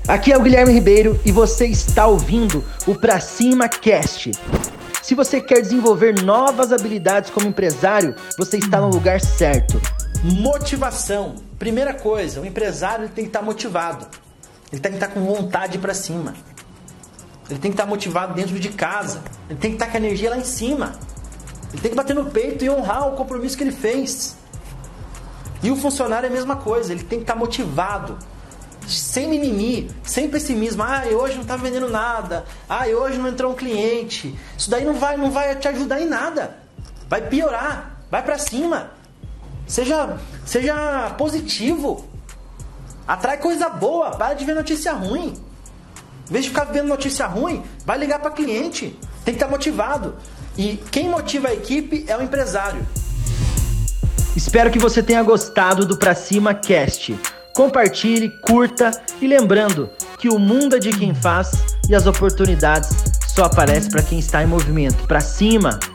Aqui é o Guilherme Ribeiro e você está ouvindo o Pra Cima Cast. Se você quer desenvolver novas habilidades como empresário, você está no lugar certo. Motivação. Primeira coisa, o empresário tem que estar motivado. Ele tem que estar com vontade de ir pra cima. Ele tem que estar motivado dentro de casa. Ele tem que estar com a energia lá em cima. Ele tem que bater no peito e honrar o compromisso que ele fez. E o funcionário é a mesma coisa. Ele tem que estar motivado. Sem mimimi, sem pessimismo. Hoje não está vendendo nada. Hoje não entrou um cliente. Isso daí não vai te ajudar em nada. Vai piorar. Vai pra cima. Seja positivo. Atrai coisa boa. Para de ver notícia ruim. Em vez de ficar vendo notícia ruim, vai ligar para cliente. Tem que estar motivado. E quem motiva a equipe é o empresário. Espero que você tenha gostado do Pra Cima Cast. Compartilhe, curta e lembrando que o mundo é de quem faz e as oportunidades só aparecem para quem está em movimento. Pra cima!